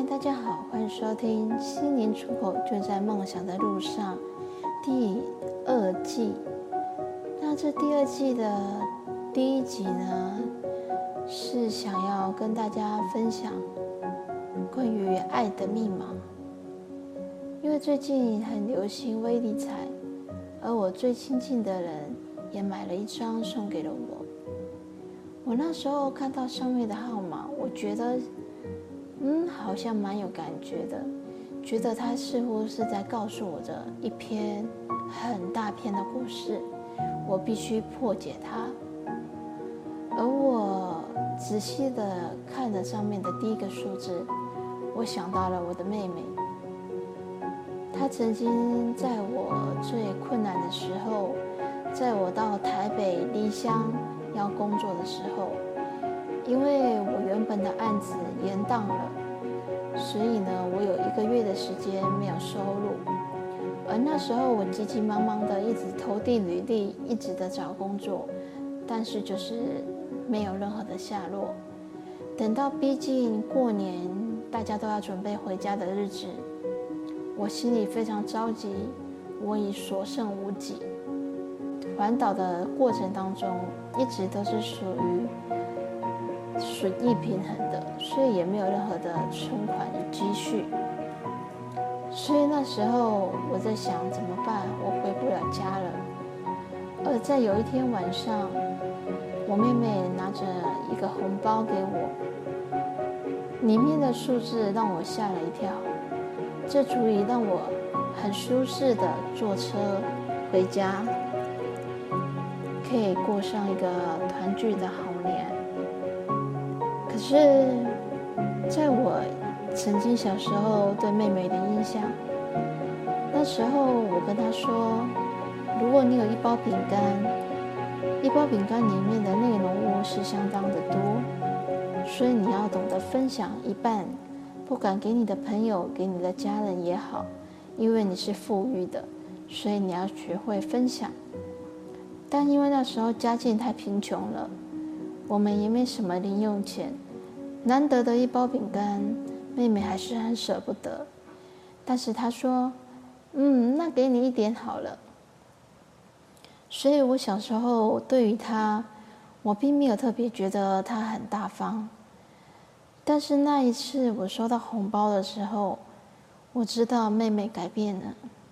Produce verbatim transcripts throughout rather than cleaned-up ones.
大家好，欢迎收听《心灵出口就在梦想的路上》第二季。那这第二季的第一集呢，是想要跟大家分享关于爱的密码。因为最近很流行微理财，而我最亲近的人也买了一张送给了我。我那时候看到上面的号码，我觉得嗯，好像蛮有感觉的，觉得它似乎是在告诉我的一篇很大篇的故事，我必须破解它。而我仔细的看了上面的第一个数字，我想到了我的妹妹。她曾经在我最困难的时候，在我到台北离乡要工作的时候，因为我原本的案子延档了，所以呢，我有一个月的时间没有收入。而那时候我急急忙忙的一直投递履历，一直的找工作，但是就是没有任何的下落。等到逼近过年，大家都要准备回家的日子，我心里非常着急，我已所剩无几。环岛的过程当中，一直都是属于损益平衡的，所以也没有任何的存款与积蓄。所以那时候我在想怎么办，我回不了家了。而在有一天晚上，我妹妹拿着一个红包给我，里面的数字让我吓了一跳，这足以让我很舒适的坐车回家，可以过上一个团聚的好年。可是在我曾经小时候对妹妹的印象，那时候我跟她说，如果你有一包饼干，一包饼干里面的内容物是相当的多，所以你要懂得分享一半，不管给你的朋友给你的家人也好，因为你是富裕的，所以你要学会分享。但因为那时候家境太贫穷了，我们也没什么零用钱，难得的一包饼干，妹妹还是很舍不得。但是她说，嗯，那给你一点好了。所以我小时候对于她，我并没有特别觉得她很大方。但是那一次我收到红包的时候，我知道妹妹改变了。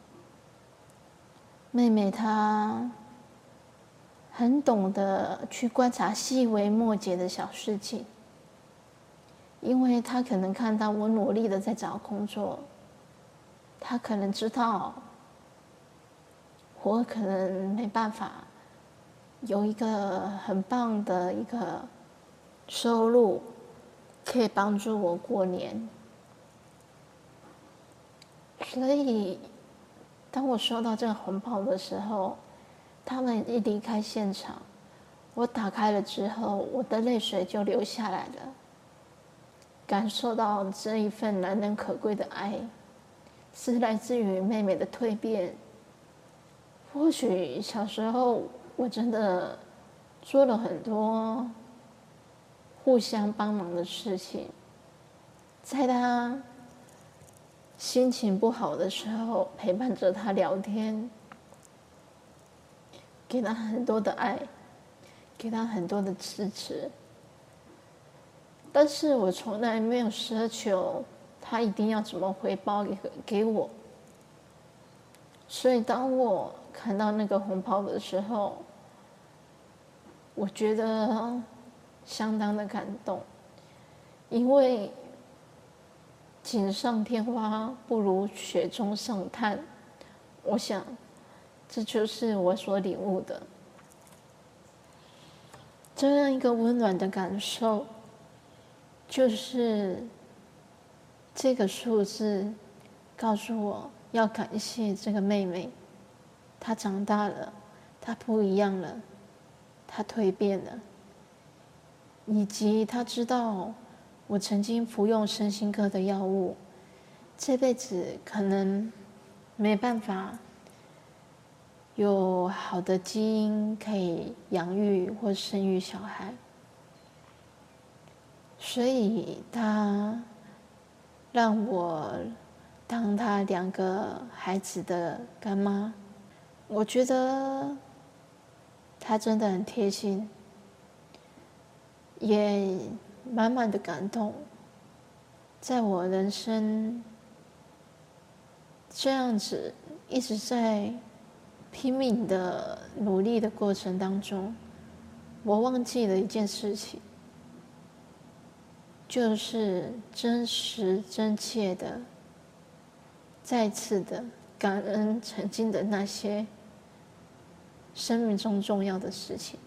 妹妹她很懂得去观察细微末节的小事情，因为她可能看到我努力的在找工作，她可能知道我可能没办法有一个很棒的一个收入，可以帮助我过年。所以当我收到这个红包的时候，他们一离开现场，我打开了之后，我的泪水就流下来了，感受到这一份难能可贵的爱，是来自于妹妹的蜕变。或许小时候我真的做了很多互相帮忙的事情，在她心情不好的时候陪伴着她聊天，给她很多的爱，给她很多的支持。但是我从来没有奢求她一定要怎么回报给给我。所以当我看到那个红包的时候，我觉得相当的感动，因为锦上添花不如雪中送炭，我想这就是我所领悟的这样一个温暖的感受，就是这个数字告诉我要感谢这个妹妹，她长大了，她不一样了，她蜕变了，以及她知道我曾经服用身心科的药物，这辈子可能没办法有好的基因可以养育或生育小孩，所以她让我当他两个孩子的干妈。我觉得他真的很贴心，也满满的感动。在我人生这样子一直在拼命的努力的过程当中，我忘记了一件事情，就是真实真切的再次的感恩曾经的那些生命中重要的事情。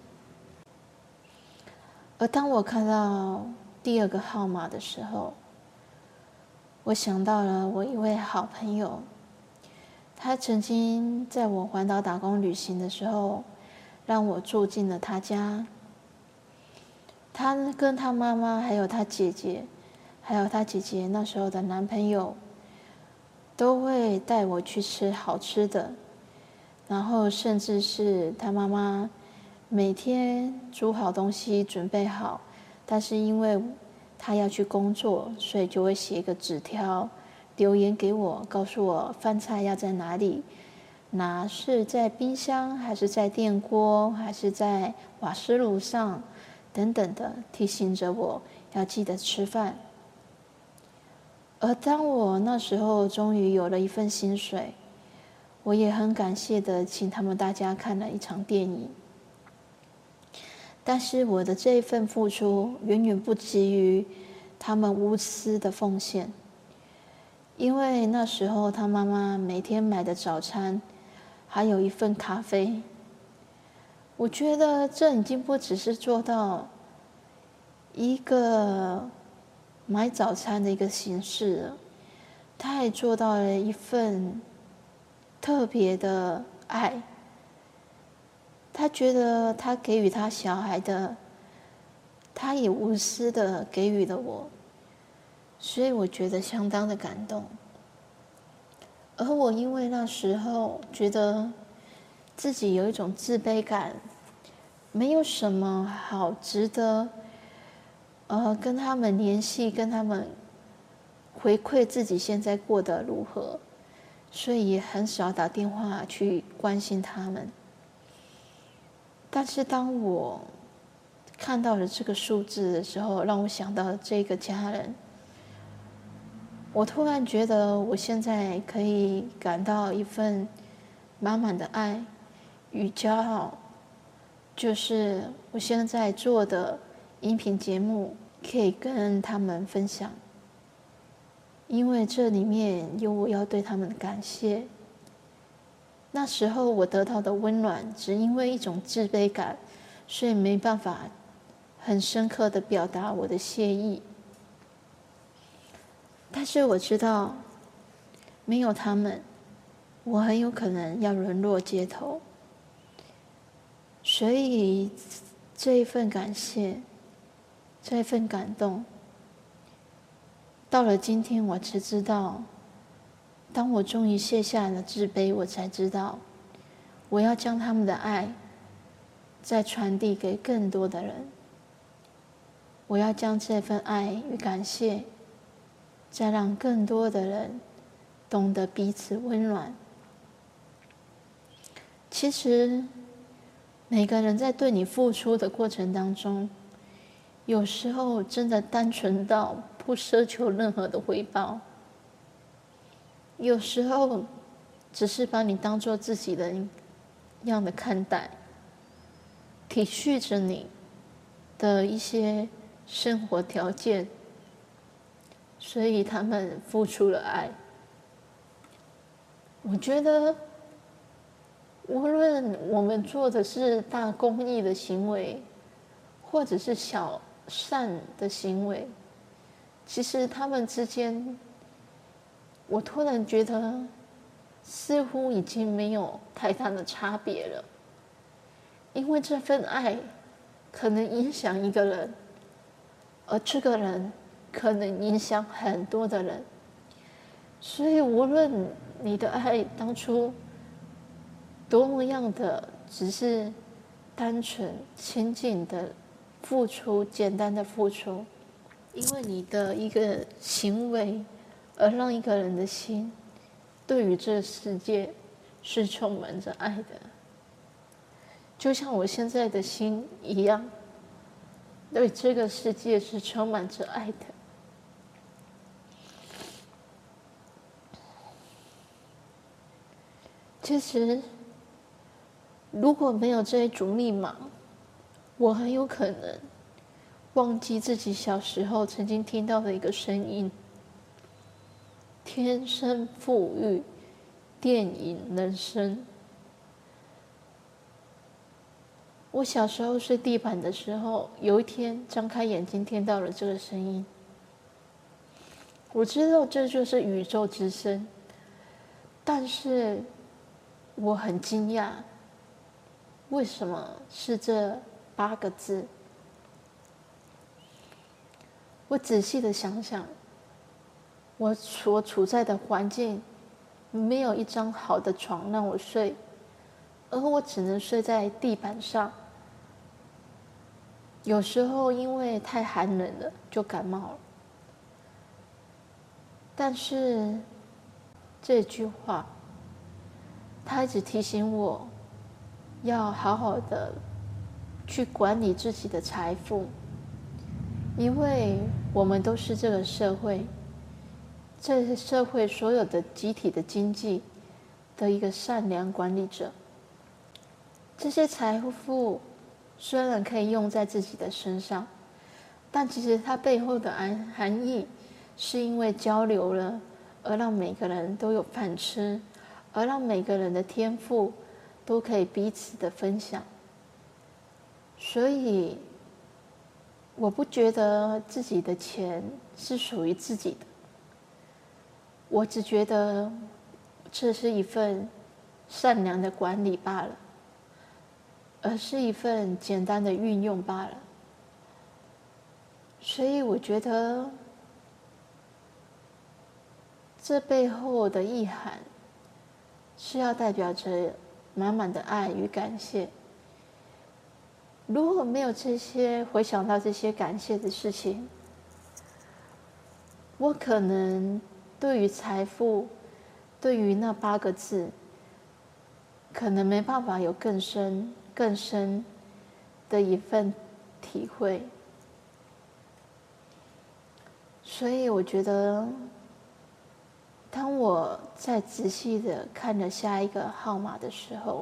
而当我看到第二个号码的时候，我想到了我一位好朋友，他曾经在我环岛打工旅行的时候，让我住进了他家。他跟他妈妈还有他姐姐，还有他姐姐那时候的男朋友，都会带我去吃好吃的，然后甚至是他妈妈每天煮好东西准备好，但是因为他要去工作，所以就会写一个纸条留言给我，告诉我饭菜要在哪里拿，是在冰箱还是在电锅还是在瓦斯炉上等等的，提醒着我要记得吃饭。而当我那时候终于有了一份薪水，我也很感谢的请他们大家看了一场电影。但是我的这一份付出远远不及于他们无私的奉献，因为那时候他妈妈每天买的早餐还有一份咖啡，我觉得这已经不只是做到一个买早餐的一个形式了，他还做到了一份特别的爱。他觉得他给予他小孩的，他也无私的给予了我，所以我觉得相当的感动。而我因为那时候觉得自己有一种自卑感，没有什么好值得呃跟他们联系，跟他们回馈自己现在过得如何，所以也很少打电话去关心他们。但是当我看到了这个数字的时候，让我想到了这个家人，我突然觉得我现在可以感到一份满满的爱与骄傲，就是我现在做的音频节目可以跟他们分享，因为这里面有我要对他们的感谢。那时候我得到的温暖，只因为一种自卑感，所以没办法很深刻的表达我的谢意。但是我知道，没有他们，我很有可能要沦落街头。所以这一份感谢，这一份感动，到了今天我才知道，当我终于卸下了自卑，我才知道，我要将他们的爱再传递给更多的人。我要将这份爱与感谢，再让更多的人懂得彼此温暖。其实，每个人在对你付出的过程当中，有时候真的单纯到不奢求任何的回报。有时候只是把你当作自己人一样的看待，体恤着你的一些生活条件，所以他们付出了爱。我觉得无论我们做的是大公益的行为，或者是小善的行为，其实他们之间，我突然觉得似乎已经没有太大的差别了。因为这份爱可能影响一个人，而这个人可能影响很多的人，所以无论你的爱当初多么样的只是单纯亲近的付出，简单的付出，因为你的一个行为而让一个人的心对于这个世界是充满着爱的，就像我现在的心一样，对这个世界是充满着爱的。其实，如果没有这一组密码，我很有可能忘记自己小时候曾经听到的一个声音：天生富裕，电影人生。我小时候睡地板的时候，有一天张开眼睛听到了这个声音，我知道这就是宇宙之声，但是我很惊讶，为什么是这八个字？我仔细的想想，我所处在的环境没有一张好的床让我睡，而我只能睡在地板上。有时候因为太寒冷了，就感冒了。但是这句话，他一直提醒我，要好好的去管理自己的财富，因为我们都是这个社会，这是社会所有的集体的经济的一个善良管理者。这些财富虽然可以用在自己的身上，但其实它背后的含含义，是因为交流了，而让每个人都有饭吃，而让每个人的天赋都可以彼此的分享。所以，我不觉得自己的钱是属于自己的，我只觉得这是一份善良的管理罢了，而是一份简单的运用罢了。所以我觉得这背后的意涵是要代表着满满的爱与感谢。如果没有这些，回想到这些感谢的事情，我可能对于财富，对于那八个字，可能没办法有更深更深的一份体会。所以我觉得，当我再仔细的看了下一个号码的时候，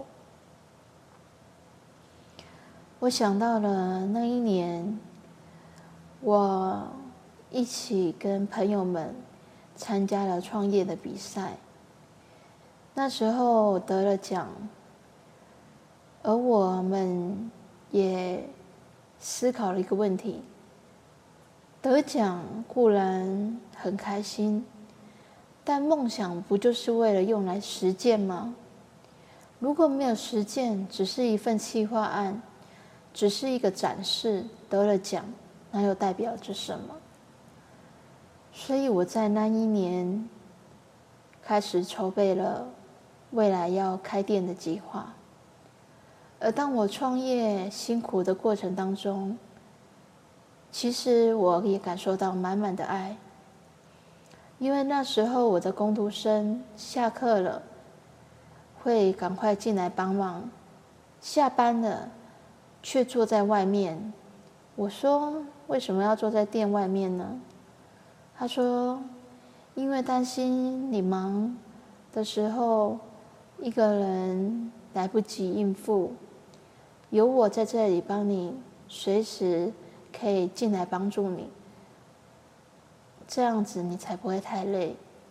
我想到了那一年，我一起跟朋友们参加了创业的比赛，那时候得了奖，而我们也思考了一个问题：得奖固然很开心，但梦想不就是为了用来实践吗？如果没有实践，只是一份企划案，只是一个展示，得了奖，那又代表着什么？所以我在那一年开始筹备了未来要开店的计划。而当我创业辛苦的过程当中，其实我也感受到满满的爱，因为那时候我的工读生下课了，会赶快进来帮忙，下班了却坐在外面。我说：“为什么要坐在店外面呢？”他说：“因为担心你忙的时候，一个人来不及应付，有我在这里帮你，随时可以进来帮助你，这样子你才不会太累。”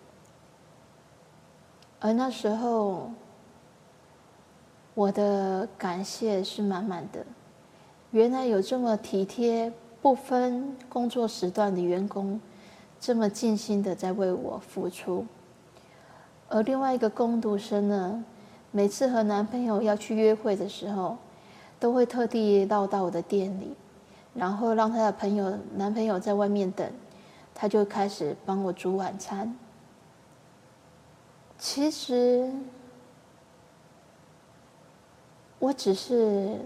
而那时候，我的感谢是满满的。原来有这么体贴、不分工作时段的员工，这么尽心的在为我付出。而另外一个工读生呢，每次和男朋友要去约会的时候，都会特地绕到我的店里，然后让他的朋友、男朋友在外面等，他就开始帮我煮晚餐。其实，我只是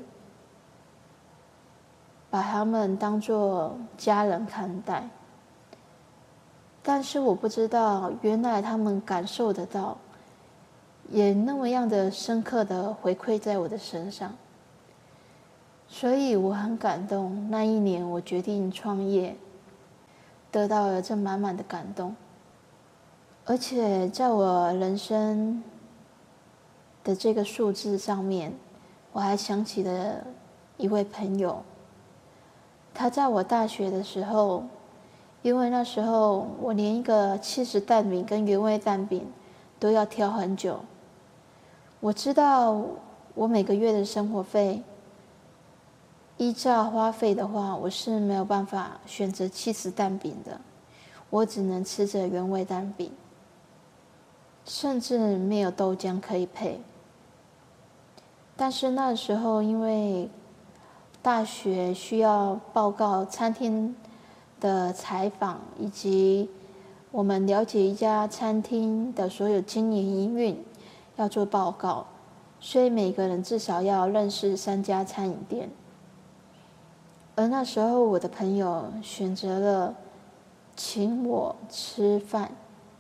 把他们当作家人看待， 但是我不知道，原来他们感受得到，也那么样的深刻的回馈在我的身上。所以我很感动，那一年我决定创业，得到了这满满的感动。而且在我人生的这个数字上面，我还想起了一位朋友。他在我大学的时候，因为那时候我连一个起司蛋饼跟原味蛋饼都要挑很久。我知道我每个月的生活费，依照花费的话，我是没有办法选择起司蛋饼的，我只能吃着原味蛋饼，甚至没有豆浆可以配。但是那时候因为大学需要报告餐厅的采访，以及我们了解一家餐厅的所有经营营运要做报告，所以每个人至少要认识三家餐饮店。而那时候我的朋友选择了请我吃饭，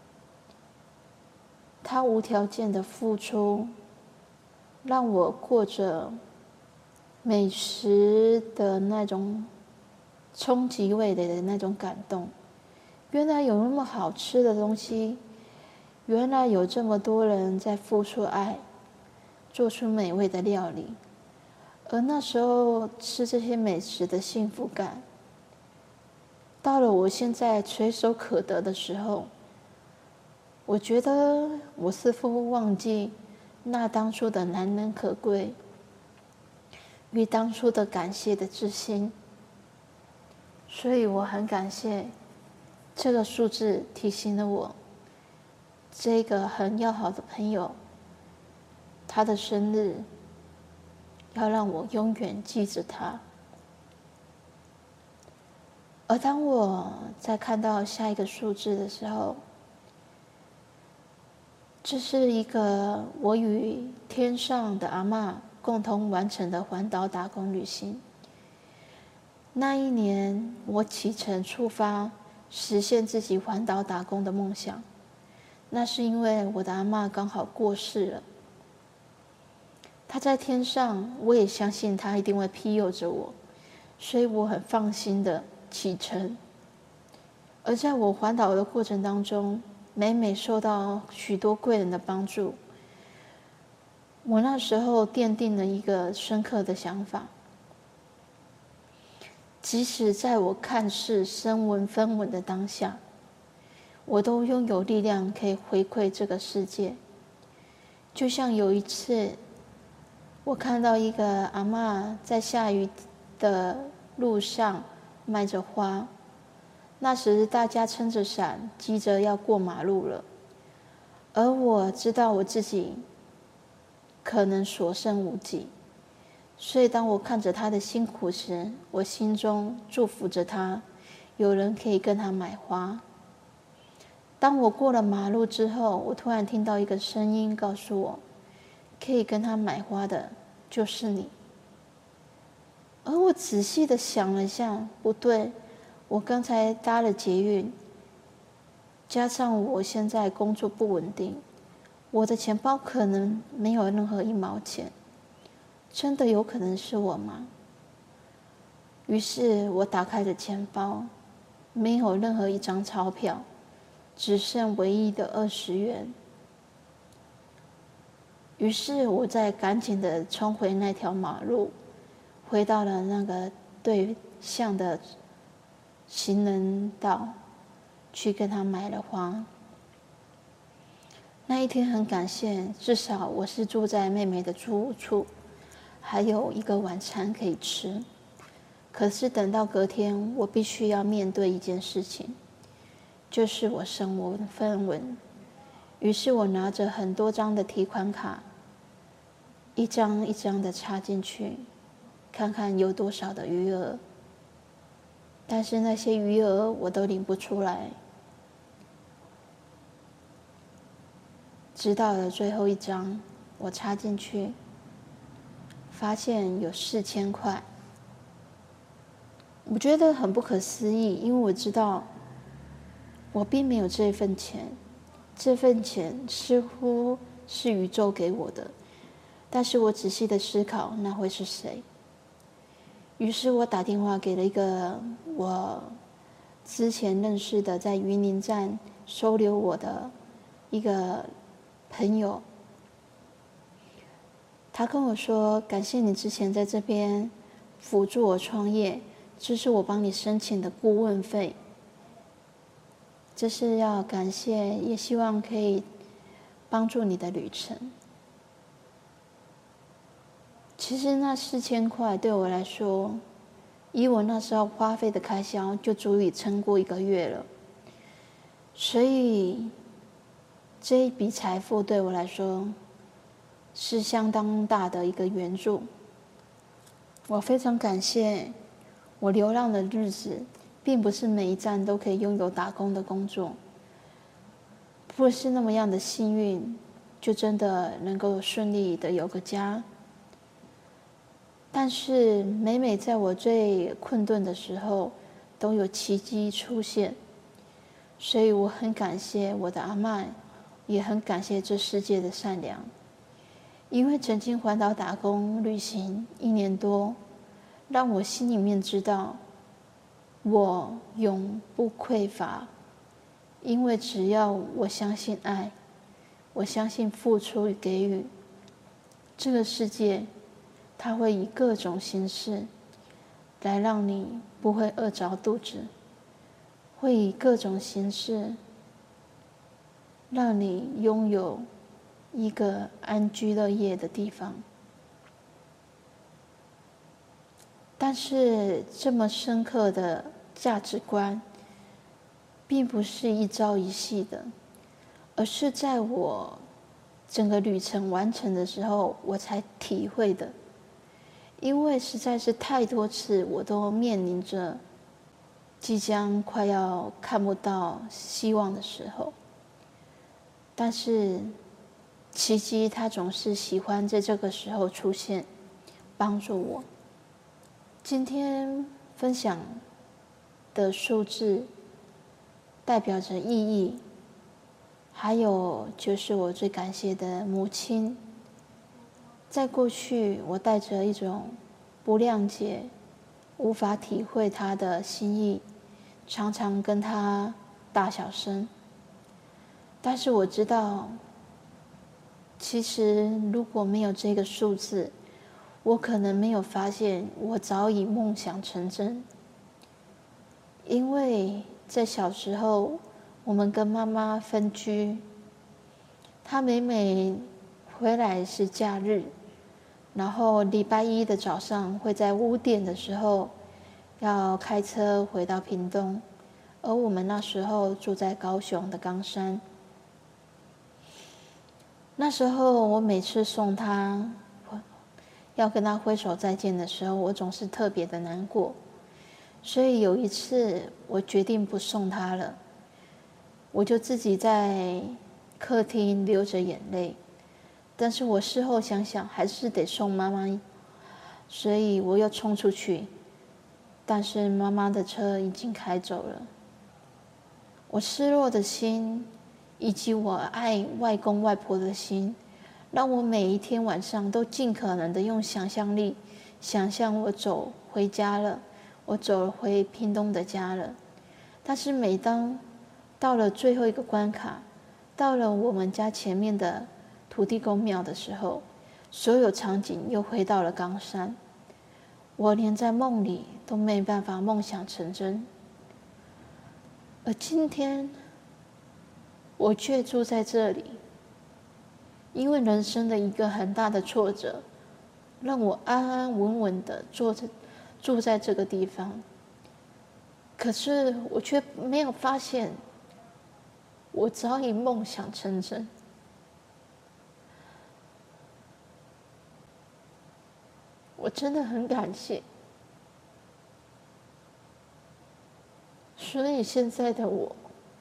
他无条件的付出，让我过着美食的那种冲击味蕾的那种感动。原来有那么好吃的东西，原来有这么多人在付出爱，做出美味的料理。而那时候吃这些美食的幸福感，到了我现在垂手可得的时候，我觉得我似乎忘记那当初的难能可贵与当初的感谢的之心。所以我很感谢这个数字提醒了我，这个很要好的朋友，他的生日要让我永远记着他。而当我在看到下一个数字的时候，这是一个我与天上的阿嬷共同完成的环岛打工旅行。那一年我启程出发，实现自己环岛打工的梦想。那是因为我的阿嬷刚好过世了，她在天上，我也相信她一定会庇佑着我，所以我很放心的启程。而在我环岛的过程当中，每每受到许多贵人的帮助，我那时候奠定了一个深刻的想法：即使在我看似身无分文的当下，我都拥有力量可以回馈这个世界。就像有一次，我看到一个阿嬷在下雨的路上卖着花，那时大家撑着伞，急着要过马路了，而我知道我自己可能所剩无几，所以当我看着他的辛苦时，我心中祝福着他，有人可以跟他买花。当我过了马路之后，我突然听到一个声音告诉我，可以跟他买花的就是你。而我仔细的想了一下，不对，我刚才搭了捷运，加上我现在工作不稳定，我的钱包可能没有任何一毛钱，真的有可能是我吗？于是我打开了钱包，没有任何一张钞票，只剩唯一的二十元。于是我再赶紧的冲回那条马路，回到了那个对向的行人道，去跟他买了花。那一天很感谢，至少我是住在妹妹的租屋处，还有一个晚餐可以吃。可是等到隔天，我必须要面对一件事情，就是我身无分文。于是我拿着很多张的提款卡，一张一张的插进去，看看有多少的余额。但是那些余额我都领不出来，直到了最后一张，我插进去，发现有四千块。我觉得很不可思议，因为我知道我并没有这份钱，这份钱似乎是宇宙给我的，但是我仔细的思考，那会是谁？于是我打电话给了一个我之前认识的在云林站收留我的一个朋友，他跟我说：“感谢你之前在这边辅助我创业，这是我帮你申请的顾问费，这是要感谢，也希望可以帮助你的旅程。”其实那四千块对我来说，以我那时候花费的开销，就足以撑过一个月了。所以这一笔财富对我来说是相当大的一个援助。我非常感谢，我流浪的日子，并不是每一站都可以拥有打工的工作，不是那么样的幸运，就真的能够顺利的有个家。但是每每在我最困顿的时候，都有奇迹出现，所以我很感谢我的阿嬷，也很感谢这世界的善良。因为曾经环岛打工旅行一年多，让我心里面知道，我永不匮乏。因为只要我相信爱，我相信付出与给予，这个世界它会以各种形式来让你不会饿着肚子，会以各种形式让你拥有一个安居乐业的地方。但是这么深刻的价值观，并不是一朝一夕的，而是在我整个旅程完成的时候，我才体会的。因为实在是太多次，我都面临着即将快要看不到希望的时候，但是奇迹它总是喜欢在这个时候出现，帮助我。今天分享的数字代表着意义，还有就是我最感谢的母亲。在过去，我带着一种不谅解、无法体会她的心意，常常跟她大小声。但是我知道，其实如果没有这个数字，我可能没有发现我早已梦想成真。因为在小时候，我们跟妈妈分居，她每每回来是假日，然后礼拜一的早上会在五点的时候要开车回到屏东，而我们那时候住在高雄的冈山。那时候我每次送他，要跟他挥手再见的时候，我总是特别的难过。所以有一次我决定不送他了，我就自己在客厅流着眼泪。但是我事后想想，还是得送妈妈，所以我又冲出去，但是妈妈的车已经开走了。我失落的心，以及我爱外公外婆的心，让我每一天晚上都尽可能的用想象力，想象我走回家了，我走回屏东的家了。但是每当到了最后一个关卡，到了我们家前面的土地公庙的时候，所有场景又回到了冈山，我连在梦里都没办法梦想成真。而今天我却住在这里，因为人生的一个很大的挫折，让我安安稳稳的坐着住在这个地方。可是我却没有发现，我早已梦想成真。我真的很感谢，所以现在的我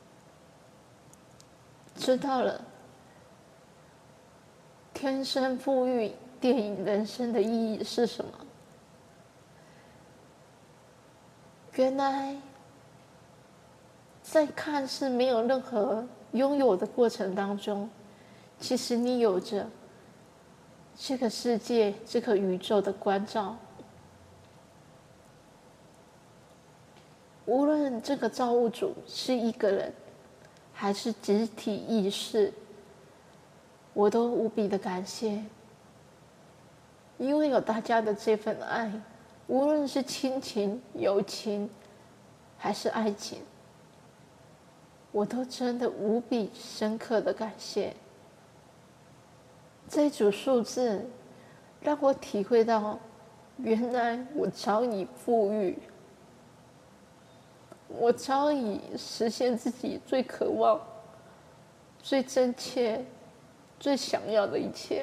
知道了天生富裕电影人生的意义是什么。原来在看似没有任何拥有的过程当中，其实你有着这个世界、这个宇宙的关照。无论这个造物主是一个人，还是集体意识，我都无比的感谢，因为有大家的这份爱，无论是亲情、友情，还是爱情，我都真的无比深刻的感谢。这组数字让我体会到，原来我早已富裕，我早已实现自己最渴望、最真切、最想要的一切。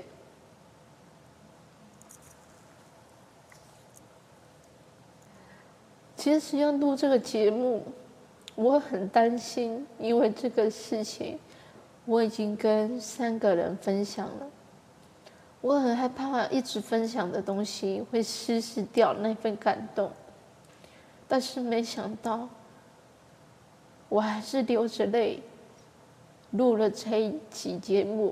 其实要录这个节目，我很担心，因为这个事情我已经跟三个人分享了，我很害怕一直分享的东西会稀释掉那份感动。但是没想到，我还是流着泪录了这一期节目。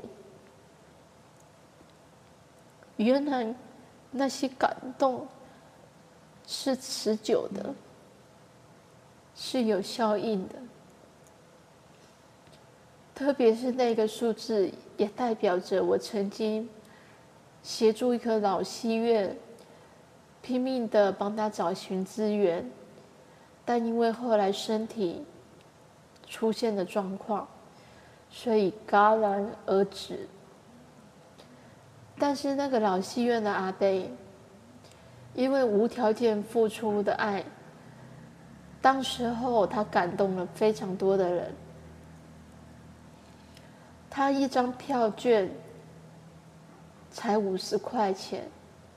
原来那些感动是持久的，是有效应的。特别是那个数字，也代表着我曾经协助一个老戏院，拼命的帮他找寻资源，但因为后来身体出现了状况，所以戛然而止。但是那个老戏院的阿伯，因为无条件付出的爱，当时候他感动了非常多的人。他一张票券才五十块钱，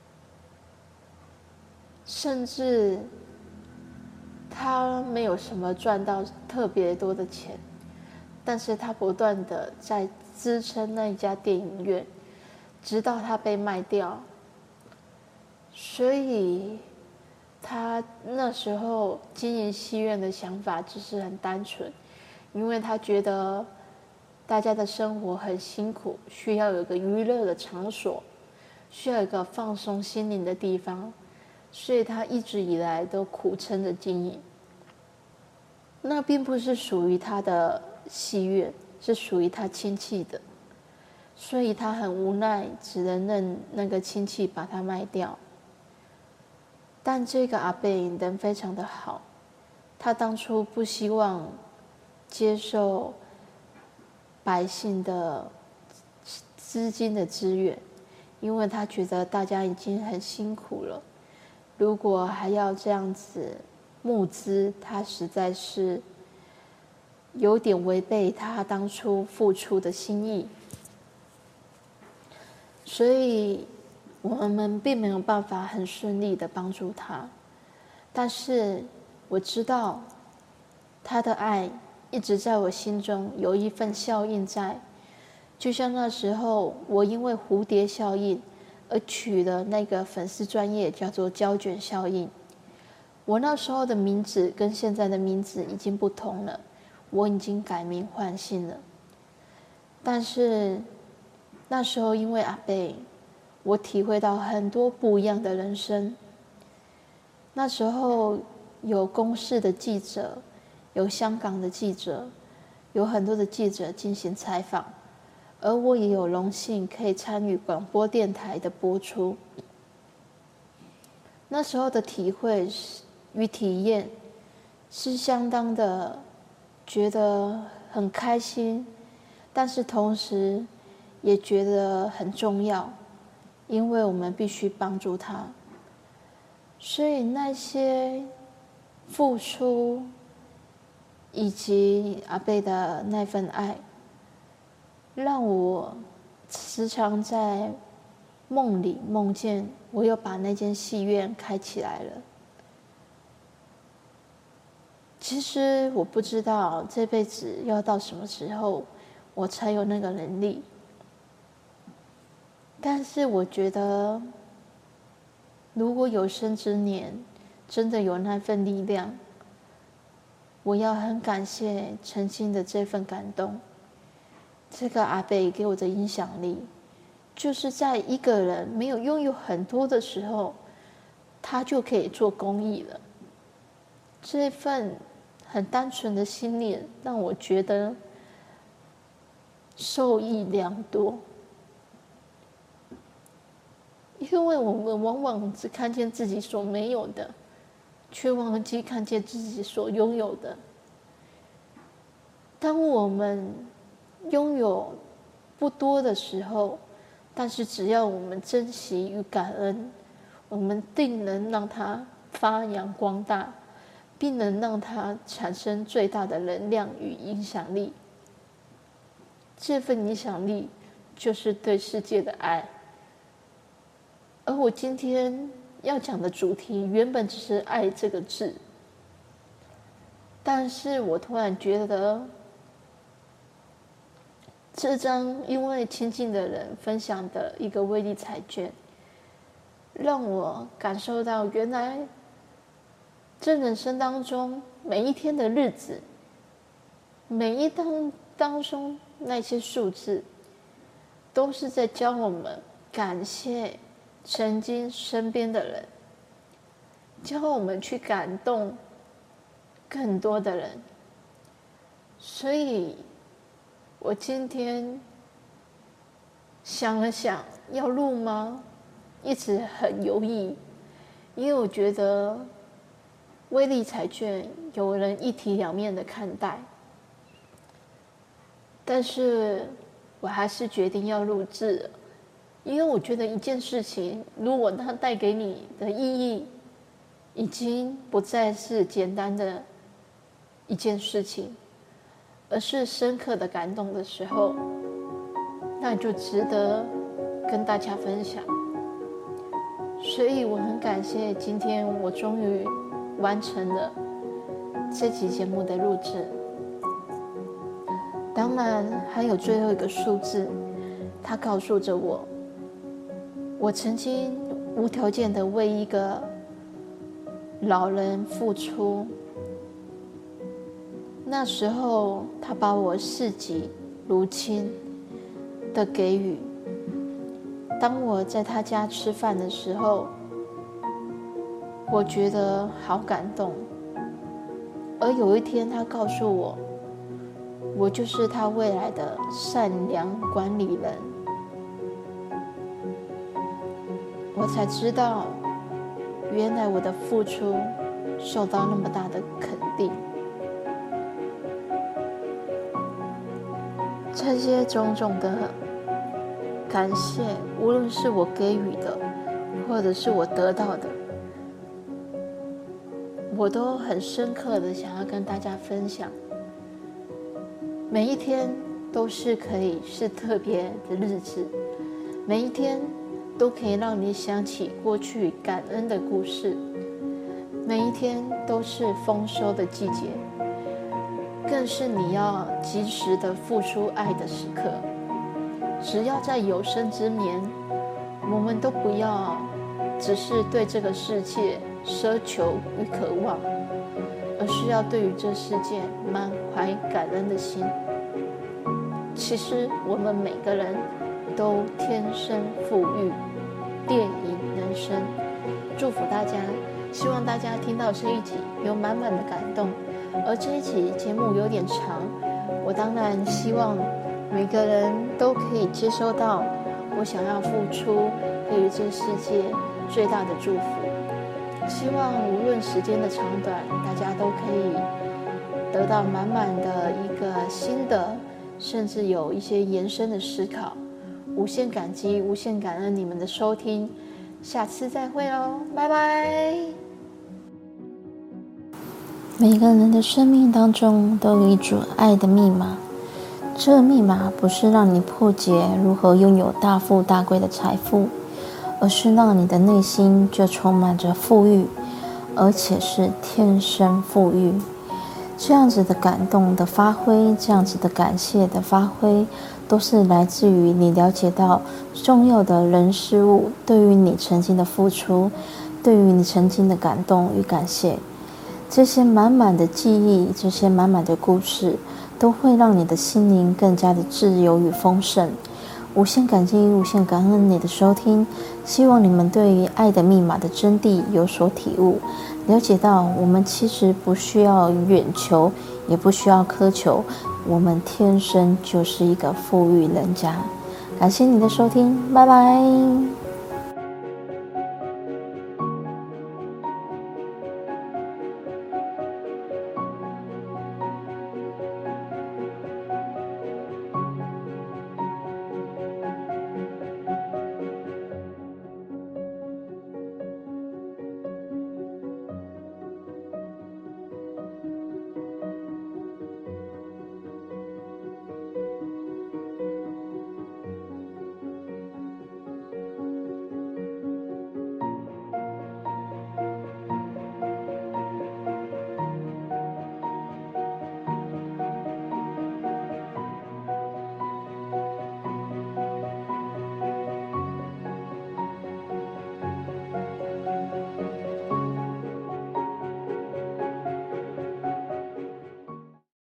甚至他没有什么赚到特别多的钱，但是他不断的在支撑那一家电影院，直到他被卖掉。所以他那时候经营戏院的想法只是很单纯，因为他觉得大家的生活很辛苦，需要有一个娱乐的场所，需要一个放松心灵的地方，所以他一直以来都苦撑着经营。那并不是属于他的戏院，是属于他亲戚的，所以他很无奈，只能任那个亲戚把它卖掉。但这个阿伯人非常的好，他当初不希望接受百姓的资金的资源，因为他觉得大家已经很辛苦了，如果还要这样子募资，他实在是有点违背他当初付出的心意。所以我们并没有办法很顺利的帮助他，但是我知道他的爱一直在我心中有一份效应在，就像那时候我因为蝴蝶效应而取了那个粉丝专页叫做胶卷效应。我那时候的名字跟现在的名字已经不同了，我已经改名换姓了。但是那时候因为阿伯，我体会到很多不一样的人生。那时候有公视的记者，有香港的记者，有很多的记者进行采访，而我也有荣幸可以参与广播电台的播出。那时候的体会与体验是相当的觉得很开心，但是同时也觉得很重要，因为我们必须帮助他。所以那些付出以及阿伯的那份爱，让我时常在梦里梦见我又把那间戏院开起来了。其实我不知道这辈子要到什么时候我才有那个能力，但是我觉得如果有生之年真的有那份力量， 我要很感谢曾经的这份感动。这个阿伯给我的影响力，就是在一个人没有拥有很多的时候，他就可以做公益了。这份很单纯的心念，让我觉得受益良多。因为我们往往只看见自己所没有的，却忘记看见自己所拥有的。当我们拥有不多的时候，但是只要我们珍惜与感恩，我们定能让它发扬光大，并能让它产生最大的能量与影响力。这份影响力就是对世界的爱。而我今天要讲的主题原本只是爱这个字，但是我突然觉得这张因为亲近的人分享的一个威力彩券，让我感受到原来这人生当中每一天的日子，每一当当中那些数字，都是在教我们感谢曾经身边的人，教我们去感动更多的人。所以我今天想了想，要录吗？一直很犹豫，因为我觉得威力彩券有人一体两面的看待，但是我还是决定要录制了。因为我觉得一件事情，如果它带给你的意义已经不再是简单的一件事情，而是深刻的感动的时候，那就值得跟大家分享。所以我很感谢今天我终于完成了这期节目的录制。当然还有最后一个数字，它告诉着我，我曾经无条件的为一个老人付出，那时候他把我视己如亲的给予。当我在他家吃饭的时候，我觉得好感动。而有一天他告诉我，我就是他未来的善良管理人，我才知道原来我的付出受到那么大的肯定。这些种种的感谢，无论是我给予的，或者是我得到的，我都很深刻的想要跟大家分享。每一天都是可以是特别的日子，每一天都可以让你想起过去感恩的故事，每一天都是丰收的季节，更是你要及时的付出爱的时刻。只要在有生之年，我们都不要只是对这个世界奢求与渴望，而是要对于这世界满怀感恩的心。其实我们每个人都天生富裕，电影人生。祝福大家，希望大家听到这一集有满满的感动。而这一期节目有点长，我当然希望每个人都可以接收到我想要付出给予这世界最大的祝福。希望无论时间的长短，大家都可以得到满满的一个心得，甚至有一些延伸的思考。无限感激，无限感恩你们的收听，下次再会喽，拜拜。每个人的生命当中都有一组爱的密码，这个密码不是让你破解如何拥有大富大贵的财富，而是让你的内心就充满着富裕，而且是天生富裕。这样子的感动的发挥，这样子的感谢的发挥，都是来自于你了解到重要的人事物对于你曾经的付出，对于你曾经的感动与感谢。 这些满满的记忆，这些满满的故事，都会让你的心灵更加的自由与丰盛。无限感激，无限感恩你的收听，希望你们对于爱的密码的真谛有所体悟，了解到我们其实不需要远求，也不需要苛求，我们天生就是一个富裕人家。感谢你的收听，拜拜。